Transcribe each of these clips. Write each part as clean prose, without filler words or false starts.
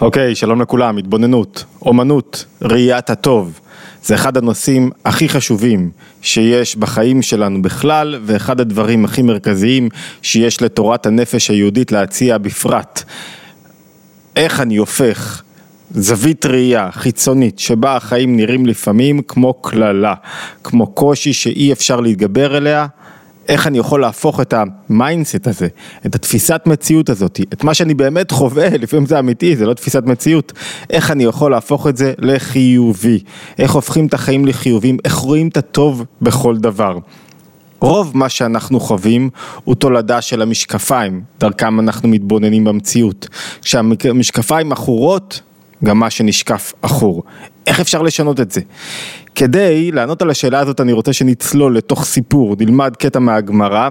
אוקיי, שלום לכולם, התבוננות, אומנות, ראיית הטוב. זה אחד הנושאים הכי חשובים שיש בחיים שלנו בכלל, ואחד הדברים הכי מרכזיים שיש לתורת הנפש היהודית להציע בפרט. איך אני הופך זווית ראייה חיצונית שבה החיים נראים לפעמים כמו כללה, כמו קושי שאי אפשר להתגבר אליה, איך אני יכול להפוך את המיינדסט הזה, את התפיסת מציאות הזאת, את מה שאני באמת חווה, לפעמים זה אמיתי, זה לא תפיסת מציאות, איך אני יכול להפוך את זה לחיובי, איך הופכים את החיים לחיובים, איך רואים את הטוב בכל דבר. רוב מה שאנחנו חווים הוא תולדה של המשקפיים, דרכם אנחנו מתבוננים במציאות. כשהמשקפיים אחורות, גם מה שנשקף אחור. איך אפשר לשנות את זה? כדי לענות על השאלה הזאת אני רוצה שנצלול לתוך סיפור, נלמד קטע מהגמרא,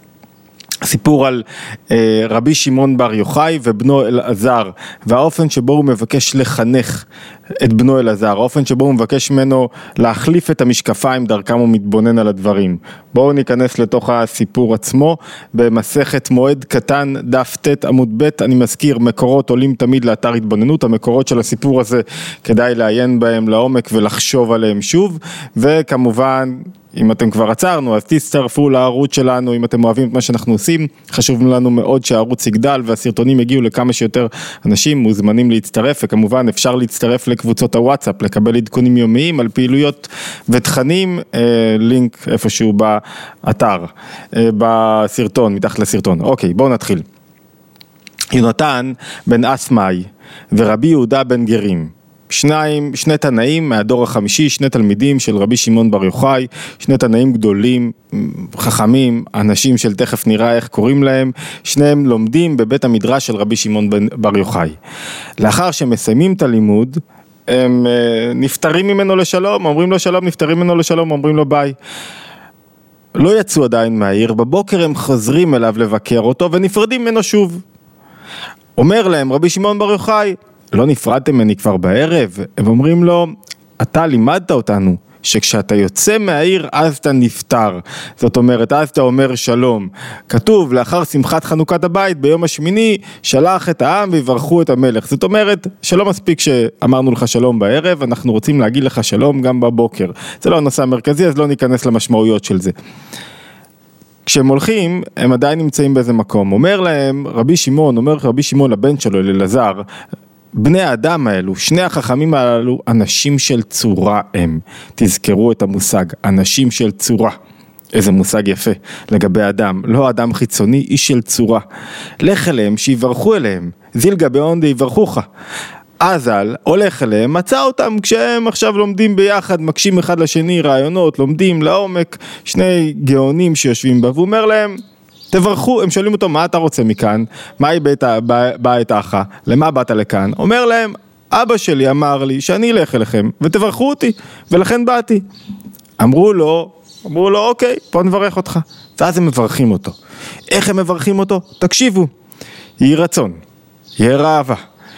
סיפור על רבי שמעון בר יוחאי ובנו אלעזר, והאופן שבו הוא מבקש לחנך את בנו אלעזר, האופן שבו הוא מבקש ממנו להחליף את המשקפיים דרכם הוא מתבונן על הדברים. בואו ניכנס לתוך הסיפור עצמו, במסכת מועד קטן דף ט עמוד ב', אני מזכיר, מקורות עולים תמיד לאתר התבוננות, המקורות של הסיפור הזה כדאי לעיין בהם לעומק ולחשוב עליהם שוב, וכמובן אם אתם כבר עצרנו, אז תצטרפו לערוץ שלנו, אם אתם אוהבים את מה שאנחנו עושים, חשוב לנו מאוד שהערוץ יגדל, והסרטונים יגיעו לכמה שיותר אנשים, מוזמנים להצטרף, וכמובן אפשר להצטרף לקבוצות הוואטסאפ, לקבל עדכונים יומיים על פעילויות ותכנים, לינק איפשהו באתר, בסרטון, מתחת לסרטון. אוקיי, בואו נתחיל. יונתן בן אסמאי ורבי יהודה בן גרים, שני תנאים מהדור החמישי, שני תלמידים של רבי שמעון בר יוחאי, שני תנאים גדולים, חכמים, אנשים של תכף נראה איך קוראים להם, שניהם לומדים בבית המדרש של רבי שמעון בר יוחאי. לאחר שמסיימים את הלימוד, הם נפטרים ממנו לשלום, אומרים לו שלום, נפטרים ממנו לשלום, אומרים לו ביי. לא יצאו עדיין מהעיר, בבוקר הם חוזרים אליו לבקר אותו ונפרדים ממנו שוב. אומר להם רבי שמעון בר יוחאי, לא נפרדתם ממני כבר בערב? הם אומרים לו, אתה לימדת אותנו שכשאתה יוצא מהעיר אז אתה נפטר, זאת אומרת אז אתה אומר שלום. כתוב לאחר שמחת חנוכת הבית ביום השמיני שלח את העם ויברכו את המלך, זאת אומרת שלא מספיק שאמרנו לך שלום בערב, אנחנו רוצים להגיד לך שלום גם בבוקר. זה לא הנושא המרכזי, אז לא ניכנס למשמעויות של זה. כשהם הולכים, הם עדיין נמצאים באיזה מקום. אומר רבי שמעון לבן שלו, לאלעזר, בני האדם האלו, שני החכמים האלו, אנשים של צורה הם. תזכרו את המושג, אנשים של צורה. איזה מושג יפה לגבי אדם, לא אדם חיצוני, איש של צורה. לך אליהם, שיברכו אליהם, זילגה באונדה יברכוך. אזל הולך אליהם, מצא אותם כשהם עכשיו לומדים ביחד, מקשים אחד לשני רעיונות, לומדים לעומק, שני גאונים שיושבים בה, והוא אומר להם, תברכו. הם שואלים אותו, מה אתה רוצה מכאן? מה היא באה איתך? למה באת לכאן? אומר להם, אבא שלי אמר לי שאני אלך אליכם ותברכו אותי, ולכן באתי. אמרו לו, אוקיי, בוא נברך אותך. ואז הם מברכים אותו. איך הם מברכים אותו? תקשיבו, יהי רצון, יהי ראווה,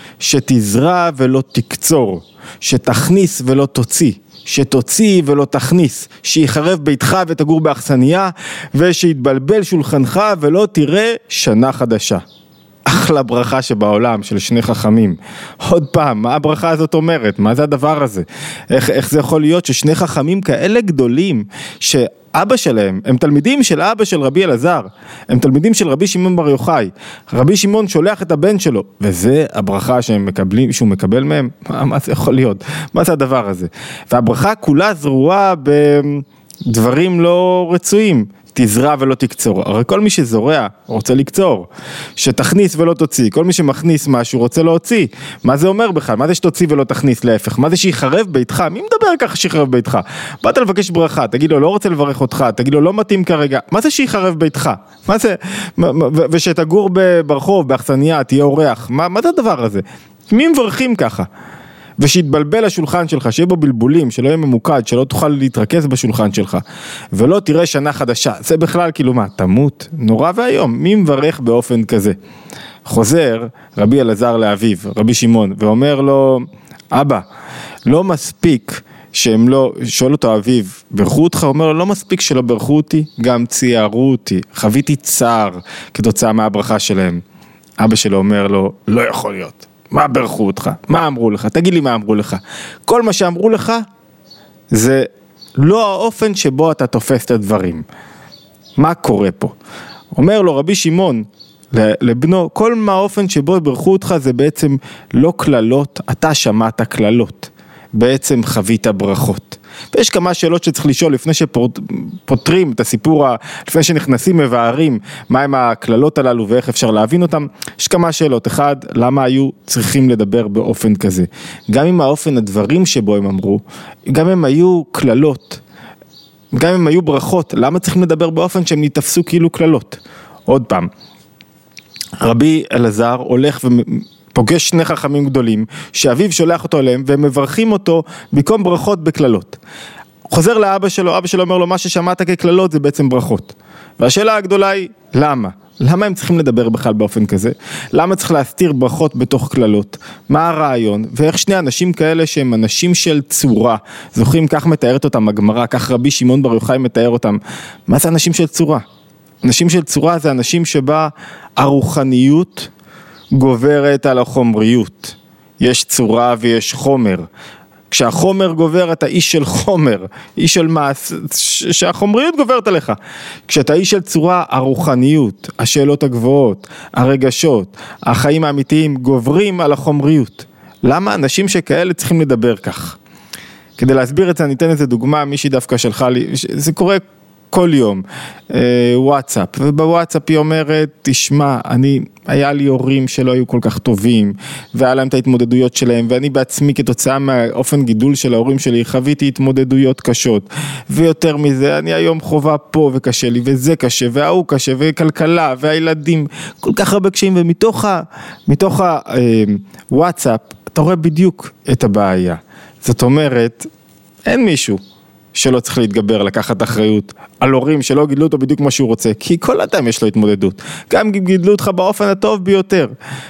שתזרע ולא תקצור, שתכניס ולא תוציא, שתוציא ולא תכניס, שיחרב ביתך ותגור באכסניה, ושיתבלבל שולחנך ולא תראה שנה חדשה. אחלה ברכה שבעולם של שני חכמים. עוד פעם, מה הברכה הזאת אומרת? מה זה הדבר הזה? איך זה יכול להיות ששני חכמים כאלה גדולים, שאבא שלהם, הם תלמידים של אבא של רבי אלעזר, הם תלמידים של רבי שמעון בר יוחאי, רבי שמעון שולח את הבן שלו, וזה הברכה שהוא מקבל מהם? מה זה יכול להיות? מה זה הדבר הזה? והברכה כולה זרועה בדברים לא רצויים, תזרע ולא תקצור. הרי כל מי שזורע רוצה לקצור, שתכניס ולא תוציא, כל מי שמכניס משהו רוצה להוציא. מה זה אומר בכלל? מה זה שתוציא ולא תכניס? להפך, מה זה שיחרב ביתך? מי מדבר ככה שיחרב ביתך? באת לבקש ברכה, תגיד לו לא רוצה לברך אותך, תגיד לו לא מתאים כרגע, מה זה שיחרב ביתך? מה זה? ושתגור ברחוב, באכסניה, תהיה אורח, מה זה הדבר הזה? מי מברכים ככה? ושיתבלבל השולחן שלך, שיהיה בו בלבולים, שלא יהיה ממוקד, שלא תוכל להתרכז בשולחן שלך, ולא תראה שנה חדשה. זה בכלל כאילו מה, תמות? נורא והיום, מי מברך באופן כזה? חוזר רבי אלעזר לאביו, רבי שמעון, ואומר לו, אבא, לא מספיק שהם לא, שואל אותו אביו, ברכו אותך? אומר לו, לא מספיק שלא ברכו אותי, גם ציירו אותי, חוויתי צער כתוצאה מהברכה שלהם. אבא שלו אומר לו, לא יכול להיות. מה ברכו אותך? מה אמרו לך? תגיד לי מה אמרו לך. כל מה שאמרו לך זה לא האופן שבו אתה תופס את הדברים. מה קורה פה? אומר לו רבי שמעון לבנו, כל מה האופן שבו ברכו אותך זה בעצם לא כללות, אתה שמעת כללות, בעצם חווית ברכות. ויש כמה שאלות שצריך לשאול לפני שפותרים את הסיפור, לפני שנכנסים מבארים מהם הכללות הללו ואיך אפשר להבין אותם. יש כמה שאלות. אחד, למה היו צריכים לדבר באופן כזה? גם אם האופן הדברים שבו הם אמרו, גם אם היו כללות, גם אם היו ברכות, למה צריכים לדבר באופן שהם נתפסו כאילו כללות? עוד פעם, רבי אלעזר הולך ופוגש שני חכמים גדולים, שאביו שולח אותו אליהם, והם מברכים אותו במקום ברכות בכללות. חוזר לאבא שלו, אבא שלו אומר לו, מה ששמעת ככללות זה בעצם ברכות. והשאלה הגדולה היא, למה? למה הם צריכים לדבר בכלל באופן כזה? למה צריך להסתיר ברכות בתוך כללות? מה הרעיון? ואיך שני אנשים כאלה שהם אנשים של צורה, זוכרים כך מתארת אותם הגמרא, כך רבי שמעון בר יוחאי מתאר אותם. מה זה אנשים של צורה? אנשים של צורה זה אנשים שבה הרוחניות גוברת על החומריות. יש צורה ויש חומר. כשהחומר גובר אתה איש של חומר, איש של מעש, שהחומריות גוברת עליך. כשאתה איש של צורה, הרוחניות, השאלות הגבוהות, הרגשות, החיים האמיתיים גוברים על החומריות. למה אנשים שכאלה צריכים לדבר כך? כדי להסביר את זה אני אתן איזה דוגמה, מישהי דווקא שלחה לי, זה קורה כל יום, וואטסאפ, ובוואטסאפ היא אומרת, תשמע, היה לי הורים שלא היו כל כך טובים, והיה להם את ההתמודדויות שלהם, ואני בעצמי כתוצאה מהאופן גידול של ההורים שלי, חוויתי התמודדויות קשות, ויותר מזה, אני היום חובה פה וקשה לי, וזה קשה, והוא קשה, וכלכלה, והילדים, כל כך הרבה קשיים, ומתוך הוואטסאפ, אתה רואה בדיוק את הבעיה. זאת אומרת, אין מישהו שלא צריך להתגבר, לקחת אחריות על הורים שלא גידלו אותו בדיוק מה שהוא רוצה, כי כל אדם יש לו התמודדות, גם גידלו אותך באופן הטוב ביותר.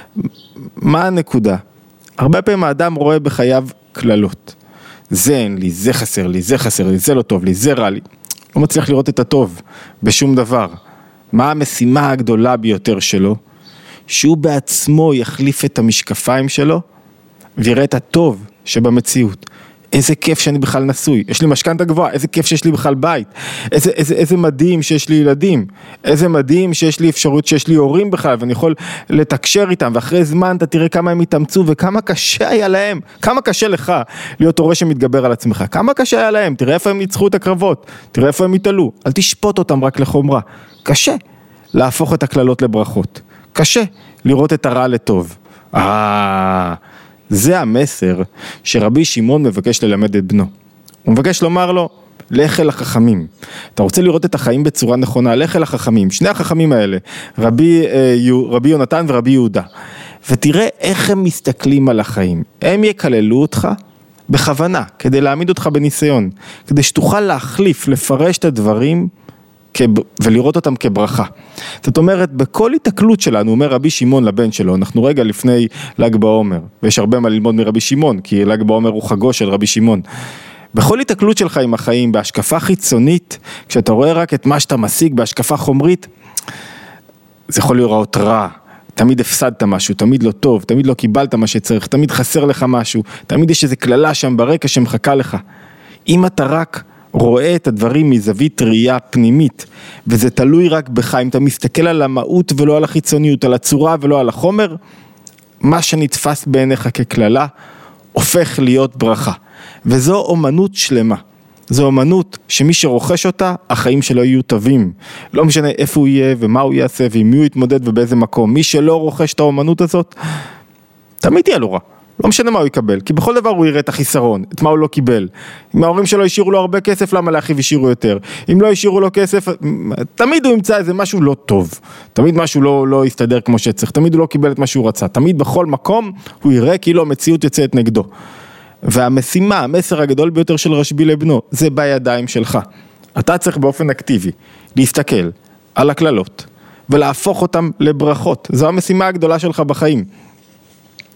מה הנקודה? הרבה פעמים האדם רואה בחייו כללות, זה אין לי, זה חסר לי, זה חסר לי, זה לא טוב לי, זה רע לי, לא מצליח לראות את הטוב בשום דבר. מה המשימה הגדולה ביותר שלו? שהוא בעצמו יחליף את המשקפיים שלו ויראה את הטוב שבמציאות. איזה כיף שאני בכלל נשוי, יש לי משכנתה גבוהה, איזה כיף שיש לי בכלל בית, איזה מדהים שיש לי ילדים, איזה מדהים שיש לי אפשרות, שיש לי הורים בכלל, ואני יכול לתקשר איתם, ואחרי זמן אתה תראה כמה הם התאמצו, וכמה קשה היה להם, כמה קשה לך להיות הורה שמתגבר על עצמך, כמה קשה היה להם, תראה איפה הם ניצחו את הקרבות, תראה איפה הם התעלו, אל תשפוט אותם רק לחומרה, קשה להפוך את הכללות לברכות, קשה לראות את הרע לטוב. זה המסר שרבי שמעון מבקש ללמד את בנו. הוא מבקש לומר לו, לך אל החכמים. אתה רוצה לראות את החיים בצורה נכונה, לך אל החכמים. שני החכמים האלה, רבי יונתן ורבי יהודה. ותראה איך הם מסתכלים על החיים. הם יקללו אותך בכוונה, כדי להעמיד אותך בניסיון. כדי שתוכל להחליף, לפרש את הדברים ולראות אותם כברכה. זאת אומרת, בכל התקלות שלנו, אומר רבי שמעון לבן שלו, אנחנו רגע לפני ל"ג בעומר, ויש הרבה מה ללמוד מרבי שמעון, כי ל"ג בעומר הוא חגו של רבי שמעון. בכל התקלות שלך עם החיים, בהשקפה חיצונית, כשאתה רואה רק את מה שאתה משיג בהשקפה חומרית, זה יכול לראות רע, תמיד הפסדת משהו, תמיד לא טוב, תמיד לא קיבלת מה שצריך, תמיד חסר לך משהו, תמיד יש איזו כללה שם ברקע שמחכה לך. אם אתה רק רואה את הדברים מזווית ראייה פנימית, וזה תלוי רק בך, אם אתה מסתכל על המהות ולא על החיצוניות, על הצורה ולא על החומר, מה שנתפס בעיניך ככללה, הופך להיות ברכה. וזו אומנות שלמה. זו אומנות שמי שרוכש אותה, החיים שלו יהיו טובים. לא משנה איפה הוא יהיה ומה הוא יעשה, ועם מי הוא יתמודד ובאיזה מקום. מי שלא רוכש את האומנות הזאת, תמיד יהיה לו רע. לא משנה מה הוא יקבל, כי בכל דבר הוא יראה את החיסרון, את מה הוא לא קיבל. אם ההורים שלו השאירו לו הרבה כסף, למה לאחיו השאירו יותר? אם לא השאירו לו כסף, תמיד הוא ימצא איזה משהו לא טוב. תמיד משהו לא יסתדר כמו שצריך, תמיד הוא לא קיבל את מה שהוא רצה. תמיד בכל מקום הוא יראה כאילו המציאות יוצאת נגדו. והמשימה, המסר הגדול ביותר של רשב"י לבנו, זה בידיים שלך. אתה צריך באופן אקטיבי להסתכל על הכללות ולהפוך אותם לברכות. זו המשימה הגדולה שלך בחיים.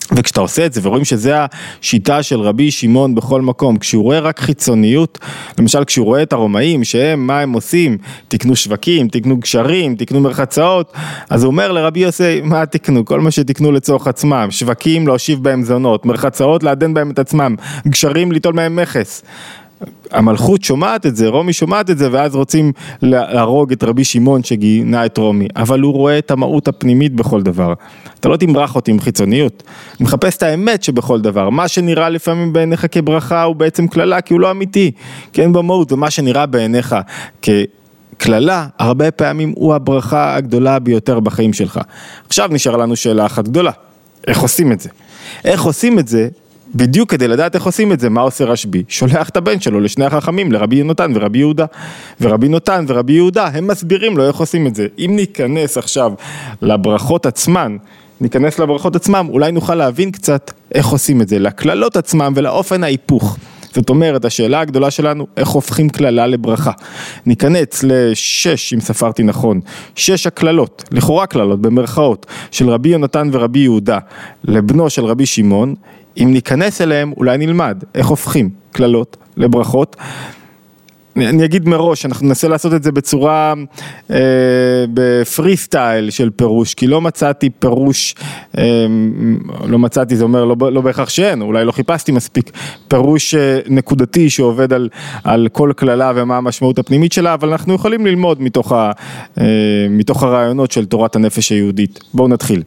וכשאתה עושה את זה ורואים שזה השיטה של רבי שמעון בכל מקום, כשהוא רואה רק חיצוניות, למשל כשהוא רואה את הרומאים שהם, מה הם עושים? תקנו שווקים, תקנו גשרים, תקנו מרחצאות, אז הוא אומר לרבי יוסי, מה תקנו? כל מה שתקנו לצורך עצמם, שווקים להושיב בהם זונות, מרחצאות לעדן בהם את עצמם, גשרים ליטול מהם מכס. המלכות שומעת את זה, רומי שומעת את זה, ואז רוצים להרוג את רבי שמעון שגינה את רומי, אבל הוא רואה את המהות הפנימית בכל דבר. אתה לא תמרח אותי עם חיצוניות, מחפש את האמת שבכל דבר, מה שנראה לפעמים בעיניך כברכה הוא בעצם כללה, כי הוא לא אמיתי, כי אין במהות, ומה שנראה בעיניך ככללה, הרבה פעמים הוא הברכה הגדולה ביותר בחיים שלך. עכשיו נשאר לנו שאלה אחת גדולה, איך עושים את זה? איך עושים את זה? בדיוק כדי לדעת איך עושים את זה, מה עושה רשב"י? שולח את הבן שלו לשני החכמים, לרבי יונתן ורבי יהודה. ורבי נתן ורבי יהודה, הם מסבירים לו איך עושים את זה. אם ניכנס עכשיו לברכות עצמן, אולי נוכל להבין קצת איך עושים את זה, לכללות עצמם ולאופן ההיפוך. זאת אומרת, השאלה הגדולה שלנו, איך הופכים כללה לברכה. ניכנס ל6, אם ספרתי נכון, 6 הכללות, לכאורה כללות, במרכאות, של רבי יונתן ורבי יהודה, לבנו של רבי שמעון. אם ניכנס אליהם, אולי נלמד איך הופכים כללות לברכות. אני אגיד מראש, אנחנו ננסה לעשות את זה בצורה, בפרי סטייל של פירוש, כי לא מצאתי פירוש, זה אומר לא בהכרח שאין, אולי לא חיפשתי מספיק פירוש נקודתי שעובד על כל כללה ומה המשמעות הפנימית שלה, אבל אנחנו יכולים ללמוד מתוך הרעיונות של תורת הנפש היהודית. בואו נתחיל.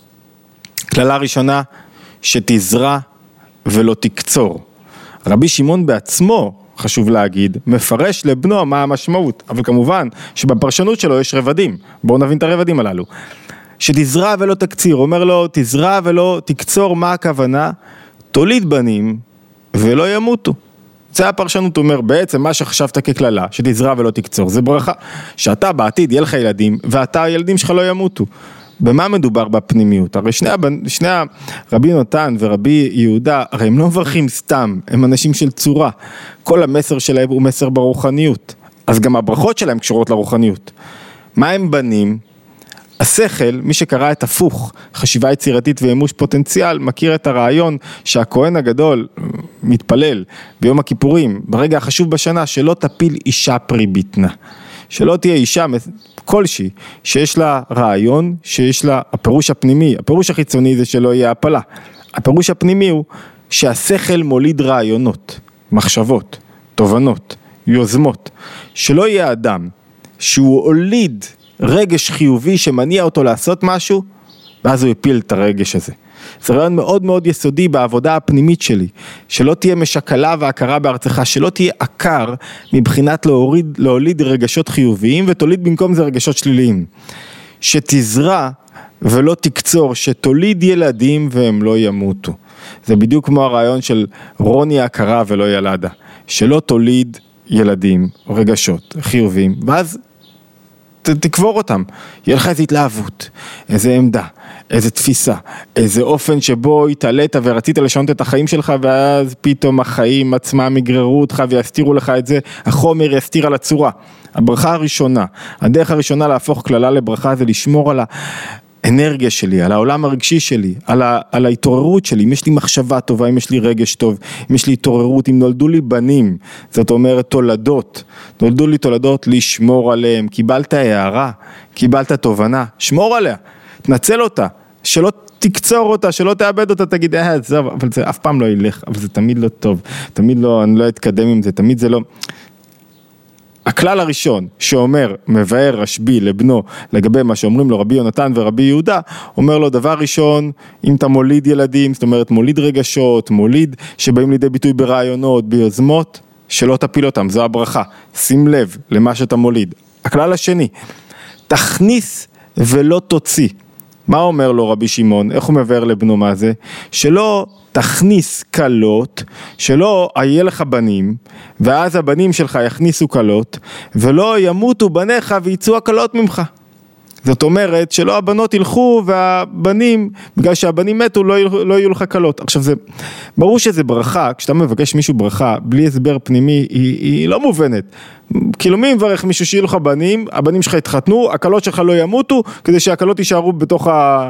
כללה ראשונה, שתזרע ולא תקצור. רבי שמעון בעצמו, חשוב להגיד, מפרש לבנו מה המשמעות, אבל כמובן שבפרשנות שלו יש רבדים, בואו נבין את הרבדים הללו. שתזרע ולא תקציר, אומר לו, תזרע ולא תקצור, מה הכוונה? תוליד בנים ולא ימותו. זה הפרשנות, אומר בעצם מה שחשבת ככללה, שתזרע ולא תקצור, זה ברכה, שאתה בעתיד יהיה לך ילדים, ואתה הילדים שלך לא ימותו. במה מדובר בפנימיות? הרי שני רבי נתן ורבי יהודה, הרי הם לא מברכים סתם, הם אנשים של צורה. כל המסר שלהם הוא מסר ברוחניות. אז גם הברכות שלהם קשורות לרוחניות. מה הם בנים? השכל, מי שקרא את הפוך, חשיבה יצירתית ואימוש פוטנציאל, מכיר את הרעיון שהכהן הגדול מתפלל ביום הכיפורים, ברגע החשוב בשנה, שלא תפיל אישה פרי ביטנה. שלא תהיה אישה כלשהי, שיש לה רעיון, שיש לה הפירוש הפנימי, הפירוש החיצוני זה שלא יהיה הפלה. הפירוש הפנימי הוא שהשכל מוליד רעיונות, מחשבות, תובנות, יוזמות. שלא יהיה אדם שהוא הוליד רגש חיובי שמניע אותו לעשות משהו, ואז הוא יפיל את הרגש הזה. זה רעיון מאוד מאוד יסודי בעבודה הפנימית שלי, שלא תהיה משקלה והכרה בארצך, שלא תהיה עקר מבחינת להוליד רגשות חיוביים, ותוליד במקום זה רגשות שליליים. שתזרע ולא תקצור, שתוליד ילדים והם לא ימותו. זה בדיוק כמו הרעיון של רוני הכרה ולא ילדה, שלא תוליד ילדים, רגשות חיוביים, ואז תקבור אותם, יהיה לך איזו התלהבות, איזו עמדה, איזו תפיסה, איזה אופן שבו התעלית ורצית לשנות את החיים שלך, ואז פתאום החיים עצמם יגררו אותך ויסתירו לך את זה, החומר יסתיר על הצורה. הברכה הראשונה, הדרך הראשונה להפוך כללה לברכה זה לשמור על האנרגיה שלי, על העולם הרגשי שלי, על ההתעוררות שלי, אם יש לי מחשבה טובה, אם יש לי רגש טוב, אם יש לי התעוררות, אם נולדו לי בנים, זאת אומרת תולדות, נולדו לי תולדות, לשמור עליהם, קיבלת הערה, קיבלת תובנה, שמור עליה, תנצל אותה, שלא תקצור אותה, שלא תאבד אותה, תגיד, זהו, אבל זה אף פעם לא ילך, אבל זה תמיד לא טוב, תמיד לא, אני לא אתקדם עם זה, תמיד זה לא... הכלל הראשון שאומר, מבאר רשב"י לבנו לגבי מה שאומרים לו רבי יונתן ורבי יהודה, אומר לו דבר ראשון, אם אתה מוליד ילדים, זאת אומרת מוליד רגשות, מוליד שבאים לידי ביטוי ברעיונות, ביוזמות, שלא תפיל אותם, זו הברכה, שים לב למה שאתה מוליד. הכלל השני, תכניס ולא תוציא. מה אומר לו רבי שמעון? איך הוא מבאר לבנו מה זה? שלא תכניס קלות, שלא יהיה לך בנים, ואז הבנים שלך יכניסו קלות, ולא ימותו בניך ויצאו הקלות ממך. זאת אומרת שלא הבנות ילכו והבנים, בגלל שהבנים מתו לא יהיו לך קלות. עכשיו זה, ברור שזה ברכה, כשאתה מבקש מישהו ברכה, בלי הסבר פנימי, היא לא מובנת. כאילו מי מברך מישהו שיהיו לך בנים, הבנים שלך יתחתנו, הקלות שלך לא ימותו, כדי שהקלות יישארו בתוך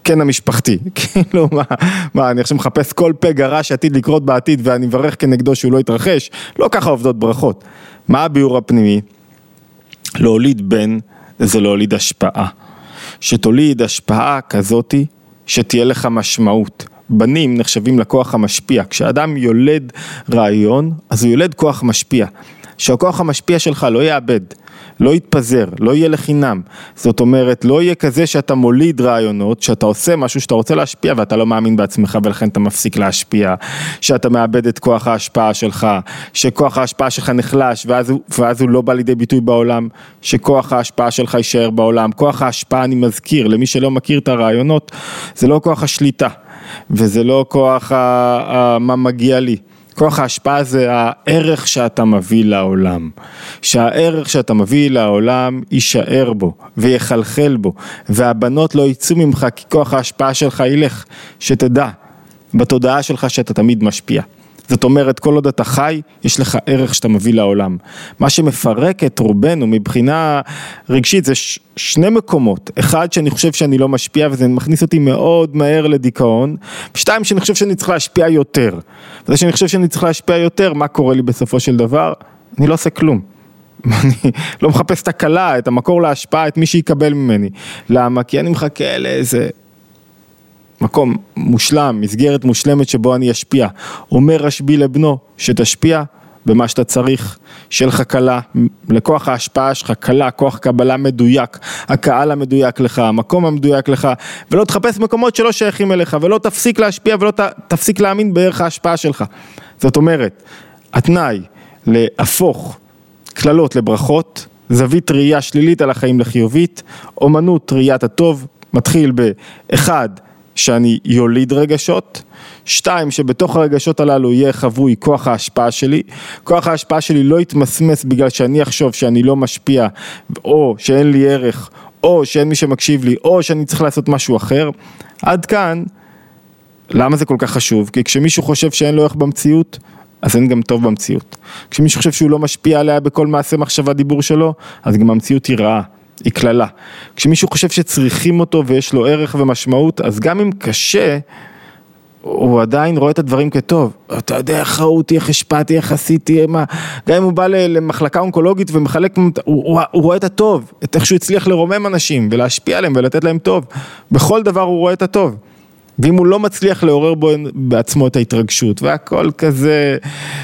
כן המשפחתי, כאילו מה, אני עכשיו מחפש כל פגע רע שעתיד לקרות בעתיד ואני מברך כנגדו שהוא לא יתרחש, לא ככה עובדות ברכות. מה הביאור הפנימי? להוליד בן זה להוליד השפעה, שתוליד השפעה כזאתי שתהיה לך משמעות. בנים נחשבים לכוח המשפיע, כשאדם יולד רעיון אז הוא יולד כוח משפיע, שהכוח המשפיע שלך לא יאבד, לא יתפזר, לא יהיה לחינם. זאת אומרת, לא יהיה כזה שאתה מוליד רעיונות, שאתה עושה משהו שאתה רוצה להשפיע ואתה לא מאמין בעצמך ולכן אתה מפסיק להשפיע, שאתה מאבד את כוח ההשפעה שלך, שכוח ההשפעה שלך נחלש ואז הוא לא בא לידי ביטוי בעולם, שכוח ההשפעה שלך יישאר בעולם. כוח ההשפעה, אני מזכיר, למי שלא מכיר את הרעיונות, זה לא כוח השליטה וזה לא כוח מה מגיע לי. כוח ההשפעה זה הערך שאתה מביא לעולם, שהערך שאתה מביא לעולם יישאר בו ויחלחל בו, והבנות לא יצאו ממך כי כוח ההשפעה שלך ילך, שתדע בתודעה שלך שאתה תמיד משפיע. זאת אומרת, כל עוד אתה חי, יש לך ערך שאתה מביא לעולם. מה שמפרק את רובנו מבחינה רגשית זה שני מקומות. אחד, שאני חושב שאני לא משפיע וזה מכניס אותי מאוד מהר לדיכאון. שתיים, שאני חושב שאני צריך להשפיע יותר. וזה שאני חושב שאני צריך להשפיע יותר, מה קורה לי בסופו של דבר? אני לא עושה כלום. אני לא מחפש את הקלה, את המקור להשפעה, את מי שיקבל ממני. למה? כי אני מחכה לאיזה מקום מושלם, מסגרת מושלמת שבו אני אשפיע. אומר רשב"י לבנו, שתשפיע במה שאתה צריך, שיהיה לך קלה, לכוח ההשפעה שלך, קלה, כוח קבלה מדויק, הקהל המדויק לך, המקום המדויק לך, ולא תחפש מקומות שלא שייכים אליך, ולא תפסיק להשפיע ולא תפסיק להאמין בערך ההשפעה שלך. זאת אומרת, התנאי להפוך כללות לברכות, זווית ראייה שלילית על החיים לחיובית, אומנות ראיית הטוב, מתחיל באחד, שאני יוליד רגשות, 2, שבתוך הרגשות הללו יהיה חבוי כוח ההשפעה שלי, כוח ההשפעה שלי לא יתמסמס בגלל שאני אחשוב שאני לא משפיע, או שאין לי ערך, או שאין מי שמקשיב לי, או שאני צריך לעשות משהו אחר. עד כאן, למה זה כל כך חשוב? כי כשמישהו חושב שאין לו ערך במציאות, אז אין גם טוב במציאות. כשמישהו חושב שהוא לא משפיע עליה בכל מעשה מחשבה דיבור שלו, אז גם המציאות היא רעה. היא כללה. כשמישהו חושב שצריכים אותו ויש לו ערך ומשמעות, אז גם אם קשה, הוא עדיין רואה את הדברים כטוב. אתה יודע איך ראו אותי, איך השפעתי, איך עשיתי, מה. גם אם הוא בא למחלקה אונקולוגית ומחלק, הוא רואה את הטוב, את איך שהוא הצליח לרומם אנשים ולהשפיע עליהם ולתת להם טוב. בכל דבר הוא רואה את הטוב. ואם הוא לא מצליח לעורר בו בעצמו את ההתרגשות, והכל כזה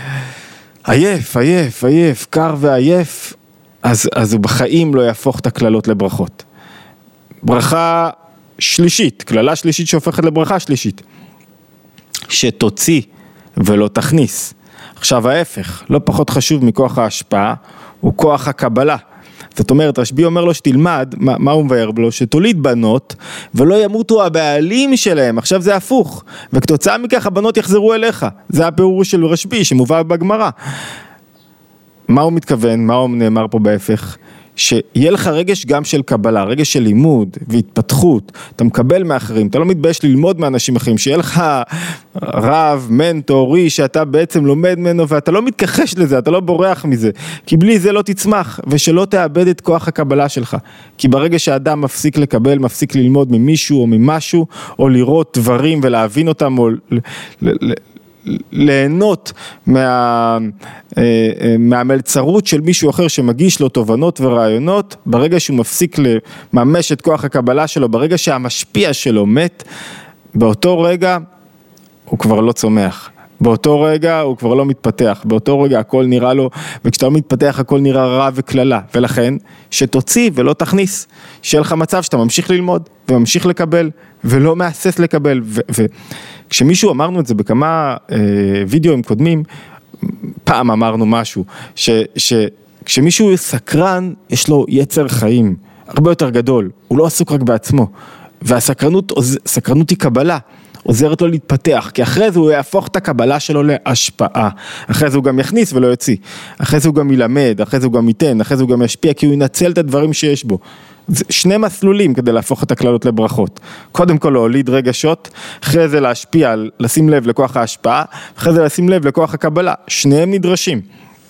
עייף, קר ועייף, אז הוא בחיים לא יהפוך את הכללות לברכות. ברכה שלישית, כללה שלישית שהופכת לברכה שלישית, שתוציא ולא תכניס. עכשיו ההפך, לא פחות חשוב מכוח ההשפעה, הוא כוח הקבלה. זאת אומרת, רשב"י אומר לו שתלמד, מה הוא מבאר לו? שתוליד בנות ולא ימותו הבעלים שלהם. עכשיו זה הפוך, וכתוצאה מכך הבנות יחזרו אליך. זה הפירוש של רשב"י שמובא בגמרא. מה הוא מתכוון? מה הוא נאמר פה בהפך? שיהיה לך רגש גם של קבלה, רגש של לימוד והתפתחות, אתה מקבל מאחרים, אתה לא מתבייש ללמוד מאנשים אחרים, שיהיה לך רב, מנטור, איש, שאתה בעצם לומד ממנו, ואתה לא מתכחש לזה, אתה לא בורח מזה, כי בלי זה לא תצמח, ושלא תאבד את כוח הקבלה שלך, כי ברגע שהאדם מפסיק לקבל, מפסיק ללמוד ממישהו או ממשהו, או לראות דברים ולהבין אותם, או ליהנות מהמלצרות של מישהו אחר שמגיש לו תובנות ורעיונות, ברגע שהוא מפסיק לממש את כוח הקבלה שלו, ברגע שהמשפיע שלו מת, באותו רגע הוא כבר לא צומח, באותו רגע הוא כבר לא מתפתח, באותו רגע הכל נראה לו, וכשאתה לא מתפתח הכל נראה רע וכללה, ולכן שתוציא ולא תכניס, שיהיה לך מצב שאתה ממשיך ללמוד וממשיך לקבל ולא מהסס לקבל. כשמישהו אמרנו את זה בכמה וידאוים קודמים, פעם אמרנו משהו, שכשמישהו סקרן, יש לו יצר חיים הרבה יותר גדול, הוא לא עסוק רק בעצמו, והסקרנות היא קבלה, עוזרת לו להתפתח, כי אחרי זה הוא יהפוך את הקבלה שלו להשפעה, אחרי זה הוא גם יכניס ולא יוציא, אחרי זה הוא גם ילמד, אחרי זה הוא גם ייתן, אחרי זה הוא גם ישפיע, כי הוא ינצל את הדברים שיש בו. זה שני מסלולים כדי להפוך את הכללות לברכות. קודם כל להוליד רגשות, אחרי זה להשפיע, לשים לב לכוח ההשפעה, אחרי זה לשים לב לכוח הקבלה. שניהם נדרשים.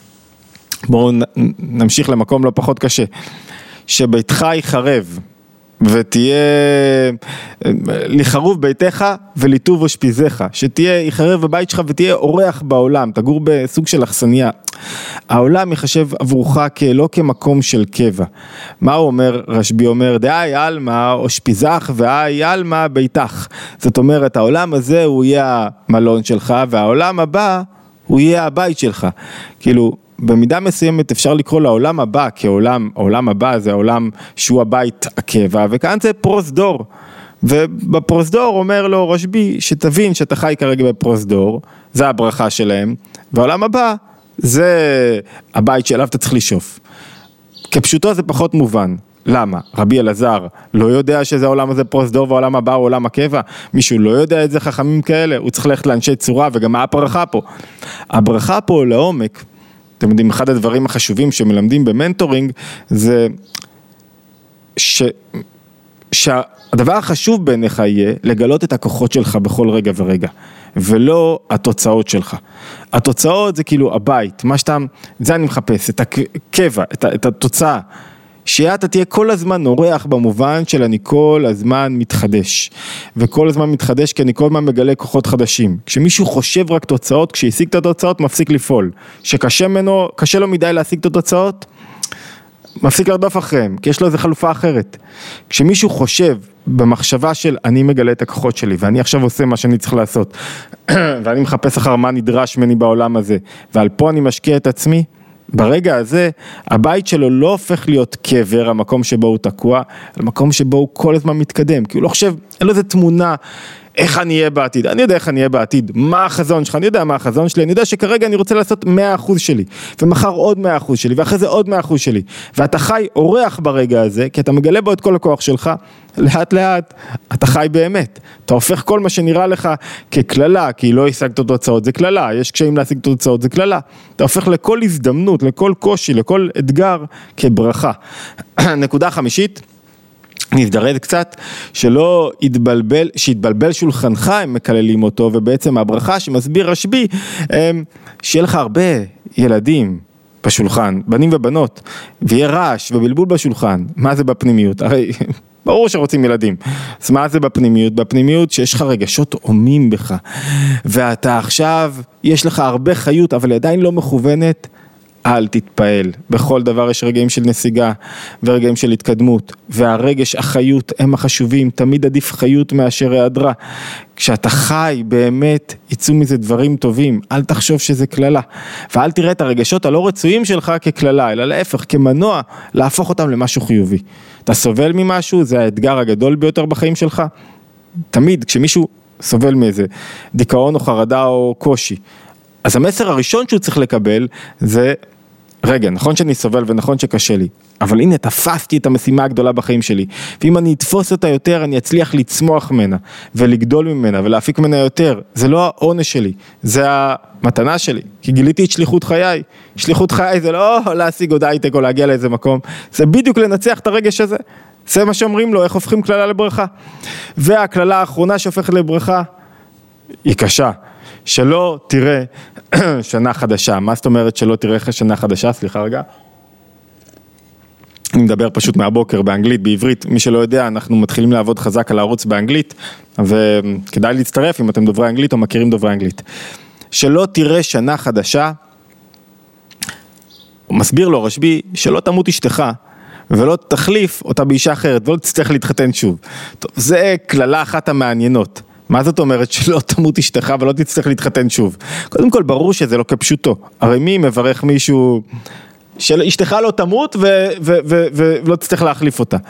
בואו נמשיך למקום לא פחות קשה. שביתך יחרב ותהיה לחרוב ביתך ולטוב אושפיזך, שתהיה יחרב בבית שלך ותהיה אורח בעולם, תגור בסוג של אכסניה. העולם יחשב עבורך לא כמקום של קבע. מה הוא אומר? רשב"י אומר, דאי עלמא אושפיזך ואי עלמא ביתך. זאת אומרת, העולם הזה הוא יהיה המלון שלך, והעולם הבא הוא יהיה הבית שלך. כאילו, במידה מסוימת אפשר לקרוא לעולם הבא כעולם, העולם הבא זה העולם שהוא הבית הקבע, וכאן זה פרוזדור, ובפרוזדור אומר לו רשב"י, שתבין שאתה חי כרגע בפרוזדור, זה הברכה שלהם, והעולם הבא זה הבית שאליו אתה צריך לשאוף. כפשוטו זה פחות מובן. למה? רבי אלעזר לא יודע שזה העולם הזה פרוזדור והעולם הבא הוא עולם הקבע? מישהו לא יודע את זה, חכמים כאלה? הוא צריך ללכת לאנשי צורה, וגם מה הברכה פה? הברכה פה לעומק, אתם יודעים, אחד הדברים החשובים שמלמדים במנטורינג, זה שהדבר החשוב בעיניך יהיה לגלות את הכוחות שלך בכל רגע ורגע, ולא התוצאות שלך. התוצאות זה כאילו הבית, מה שאתה, זה אני מחפש, את הקבע, את התוצאה, שאתה תהיה כל הזמן נורח במובן של אני כל הזמן מתחדש, וכל הזמן מתחדש כי אני כל הזמן מגלה כוחות חדשים. כשמישהו חושב רק תוצאות, כשהשיג את התוצאות מפסיק לפעול, שקשה לו מדי להשיג את התוצאות, מפסיק לרדוף אחריהם, כי יש לו איזו חלופה אחרת. כשמישהו חושב במחשבה של אני מגלה את הכוחות שלי, ואני עכשיו עושה מה שאני צריך לעשות, ואני מחפש אחר מה נדרש ממני בעולם הזה, ועל פה אני משקיע את עצמי, ברגע הזה, הבית שלו לא הופך להיות קבר, המקום שבו הוא תקוע, המקום שבו הוא כל הזמן מתקדם, כי הוא לא חושב, אין לו איזה תמונה, איך אני אהיה בעתיד, אני יודע איך אני אהיה בעתיד, מה החזון שלך, אני יודע מה החזון שלי, אני יודע שכרגע אני רוצה לעשות 100% שלי, ומחר עוד 100% שלי, ואחרי זה עוד 100% שלי, ואתה חי אורח ברגע הזה, כי אתה מגלה בו את כל הכוח שלך, לאט לאט, אתה חי באמת, אתה הופך כל מה שנראה לך ככללה, כי לא השגת תוצאות, זה כללה, יש קשיים להשיג תוצאות, זה כללה, אתה הופך לכל הזדמנות, לכל קושי, לכל אתגר, כברכה. נקודה חמישית, נזדרז קצת, שלא יתבלבל, שיתבלבל שולחנך, הם מקללים אותו, ובעצם הברכה שמסביר רשב"י, שיהיה לך הרבה ילדים בשולחן, בנים ובנות, ויהיה רעש ובלבול בשולחן. מה זה בפנימיות? הרי ברור שרוצים ילדים. אז מה זה בפנימיות? בפנימיות שיש לך רגשות עומים בך, ואתה עכשיו, יש לך הרבה חיות, אבל עדיין לא מכוונת, אל תתפעל, בכל דבר יש רגעים של נסיגה ורגעים של התקדמות, והרגש, החיות הם החשובים, תמיד עדיף חיות מאשר היעדרה. כשאתה חי באמת יצאו מזה דברים טובים, אל תחשוב שזה כללה, ואל תראה את הרגשות הלא רצויים שלך ככללה, אלא להפך, כמנוע להפוך אותם למשהו חיובי. אתה סובל ממשהו, זה האתגר הגדול ביותר בחיים שלך, תמיד כשמישהו סובל מאיזה דיכאון או חרדה או קושי, אז המסר הראשון שהוא צריך לקבל זה, רגע, נכון שאני סובל ונכון שקשה לי, אבל הנה תפסתי את המשימה הגדולה בחיים שלי, ואם אני אתפוס אותה יותר, אני אצליח לצמוח ממנה, ולגדול ממנה, ולהפיק ממנה יותר. זה לא העונש שלי, זה המתנה שלי, כי גיליתי את שליחות חיי. שליחות חיי זה לא להשיג עוד הייטק או להגיע לאיזה מקום, זה בדיוק לנצח את הרגש הזה. זה מה שאומרים לו, איך הופכים כללה לברכה. והכללה האחרונה שהופכת לברכה, היא קשה. שלא תראה שנה חדשה. מה זאת אומרת שלא תראה שנה חדשה? סליחה רגע. אני מדבר פשוט מהבוקר באנגלית, בעברית. מי שלא יודע, אנחנו מתחילים לעבוד חזק על הערוץ באנגלית, וכדאי להצטרף אם אתם דוברי אנגלית או מכירים דוברי אנגלית. שלא תראה שנה חדשה, הוא מסביר לו רשב"י, שלא תמות אשתך, ולא תחליף אותה באישה אחרת, ולא תצטרך להתחתן שוב. טוב, זה כללה אחת המעניינות. מה זאת אומרת שלא תמות אשתך ולא תצטרך להתחתן שוב? קודם כל ברור שזה לא כפשוטו. הרי מי מברך מישהו שאשתך לא תמות ולא תצטרך להחליף אותה?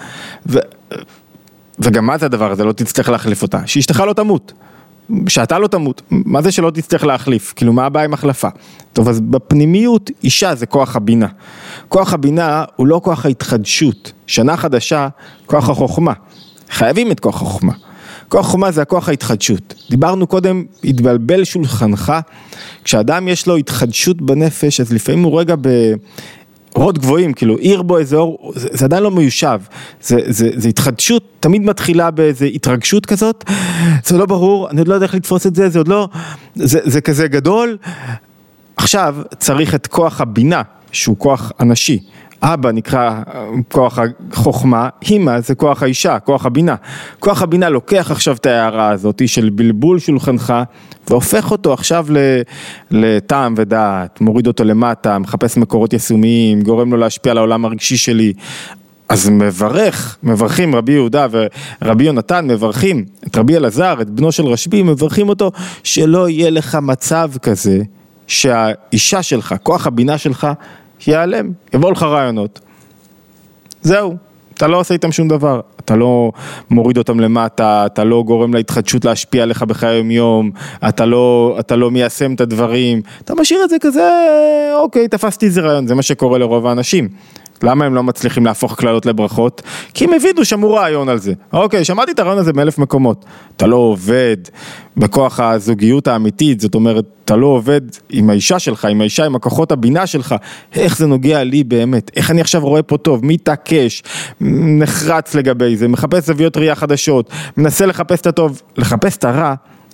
וגם מה זה הדבר הזה? לא תצטרך להחליף אותה. שאשתך לא תמות. שאתה לא תמות. מה זה שלא תצטרך להחליף? כאילו מה הבעיה עם החלפה? טוב, אז בפנימיות אישה זה כוח הבינה. כוח הבינה הוא לא כוח ההתחדשות. שנה חדשה, כוח החוכמה. חייבים את כוח החוכמה. כוח חוכמה זה הכוח ההתחדשות. דיברנו קודם, התבלבל שולחנך, כשאדם יש לו התחדשות בנפש, אז לפעמים הוא רגע באורות גבוהים, כאילו עיר בו איזה אור, זה עדיין לא מיושב, זה התחדשות, תמיד מתחילה באיזה התרגשות כזאת, זה לא ברור, אני עוד לא יודע איך לתפוס את זה, זה עוד לא, זה כזה גדול, עכשיו צריך את כוח הבינה, שהוא כוח אנשי, אבא נקרא כוח החוכמה, אמא זה כוח האישה, כוח הבינה. כוח הבינה לוקח עכשיו את ההערה הזאת של בלבול שולחנך, והופך אותו עכשיו לטעם ודעת, מוריד אותו למטה, מחפש מקורות יישומיים, גורם לו להשפיע על העולם הרגשי שלי. אז מברכים רבי יהודה ורבי יונתן, מברכים את רבי אלעזר, את בנו של רשב"י, מברכים אותו שלא יהיה לך מצב כזה, שהאישה שלך, כוח הבינה שלך, ייעלם, יבואו לך רעיונות. זהו, אתה לא עושה איתם שום דבר, אתה לא מוריד אותם למטה, אתה לא גורם להתחדשות להשפיע עליך בחיי היום יום, אתה לא מיישם את הדברים, אתה משאיר את זה כזה, אוקיי, תפסתי איזה רעיון, זה מה שקורה לרוב האנשים. למה הם לא מצליחים להפוך כללות לברכות? כי הם הבינו, שמעו רעיון על זה. אוקיי, שמעתי את הרעיון הזה מ1000 מקומות. אתה לא עובד בכוח הזוגיות האמיתית, זאת אומרת, אתה לא עובד עם האישה שלך, עם האישה, עם הכוחות הבינה שלך. איך זה נוגע לי באמת? איך אני עכשיו רואה פה טוב? מתעקש, נחרץ לגבי זה, מחפש זוויות ראייה חדשות, מנסה לחפש את הטוב, לחפש את הרע,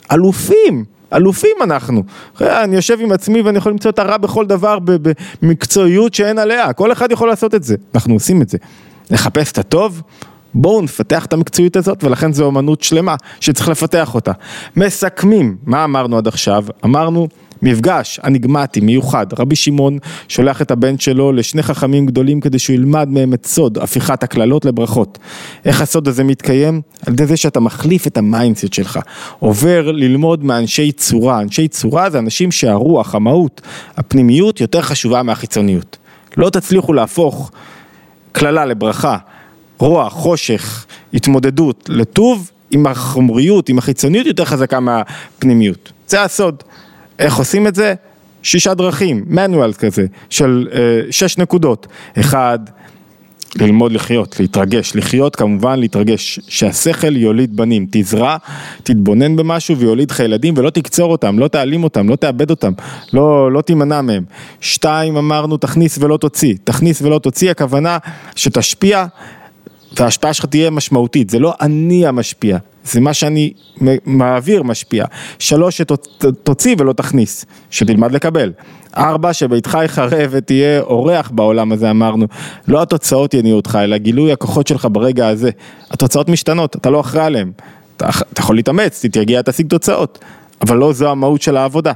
אלופים אנחנו. אני יושב עם עצמי ואני יכול למצוא את הרע בכל דבר במקצועיות שאין עליה. כל אחד יכול לעשות את זה. אנחנו עושים את זה. לחפש את הטוב, בואו נפתח את המקצועיות הזאת, ולכן זו אומנות שלמה שצריך לפתח אותה. מסכמים, מה אמרנו עד עכשיו? אמרנו מפגש אניגמטי מיוחד, רבי שמעון שולח את הבן שלו לשני חכמים גדולים כדי שהוא ילמד מהם את סוד הפיכת הכללות לברכות. איך הסוד הזה מתקיים? על ידי זה שאתה מחליף את המיינדסט שלך, עובר ללמוד מאנשי צורה. אנשי צורה זה אנשים שהרוח, המהות, הפנימיות יותר חשובה מהחיצוניות. לא תצליחו להפוך כללה לברכה, רוח, חושך, התמודדות לטוב, עם החומריות, עם החיצוניות יותר חזקה מהפנימיות. זה הסוד. איך עושים את זה? 6 דרכים, מנואל כזה, של 6 נקודות. 1, ללמוד לחיות, להתרגש, לחיות כמובן להתרגש, שהשכל יוליד בנים, תזרע, תתבונן במשהו ויוליד לך ילדים ולא תקצור אותם, לא תעלים אותם, לא תאבד אותם, לא תימנע מהם. 2 אמרנו תכניס ולא תוציא, תכניס ולא תוציא, הכוונה שתשפיע וההשפעה שלך תהיה משמעותית, זה לא אני המשפיע, זה מה שאני מעביר משפיע. 3 שתוציא ולא תכניס, שתלמד לקבל. 4 שביתך יחרב ותהיה אורח בעולם הזה אמרנו, לא התוצאות יניעו אותך, אלא גילוי הכוחות שלך ברגע הזה. התוצאות משתנות, אתה לא אחראי עליהן, אתה יכול להתאמץ, תתייגע, תשיג תוצאות, אבל לא זו המהות של העבודה.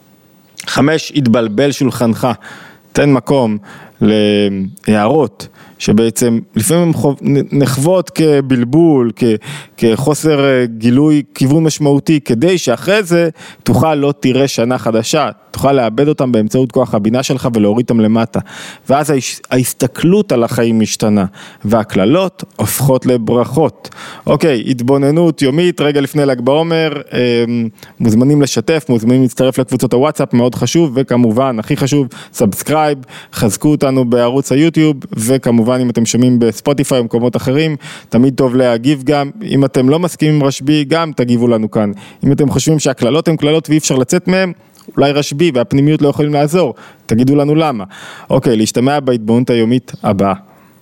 5 התבלבל שולחנך, תן מקום להערות, שבעצם לפעמים נחוות כבלבול, כחוסר גילוי כיוון משמעותי, כדי שאחרי זה תוכל לא תראה שנה חדשה, תוכל לאבד אותם באמצעות כוח הבינה שלך ולהוריד אותם למטה. ואז ההסתכלות על החיים משתנה, והכללות הופכות לברכות. אוקיי, התבוננות יומית, רגע לפני ל"ג בעומר, מוזמנים לשתף, מוזמנים להצטרף לקבוצות הוואטסאפ, מאוד חשוב, וכמובן, הכי חשוב, סאבסקרייב, חזקו אותנו בערוץ היוטיוב, וכמובן אם אתם שומעים בספוטיפיי ומקומות אחרים, תמיד טוב להגיב גם, אם אתם לא מסכימים עם רשב"י, גם תגיבו לנו כאן. אם אתם חושבים שהכללות הן כללות ואי אפשר לצאת מהם, אולי רשב"י והפנימיות לא יכולים לעזור, תגידו לנו למה. אוקיי, להשתמע בהתבוננות היומית הבאה.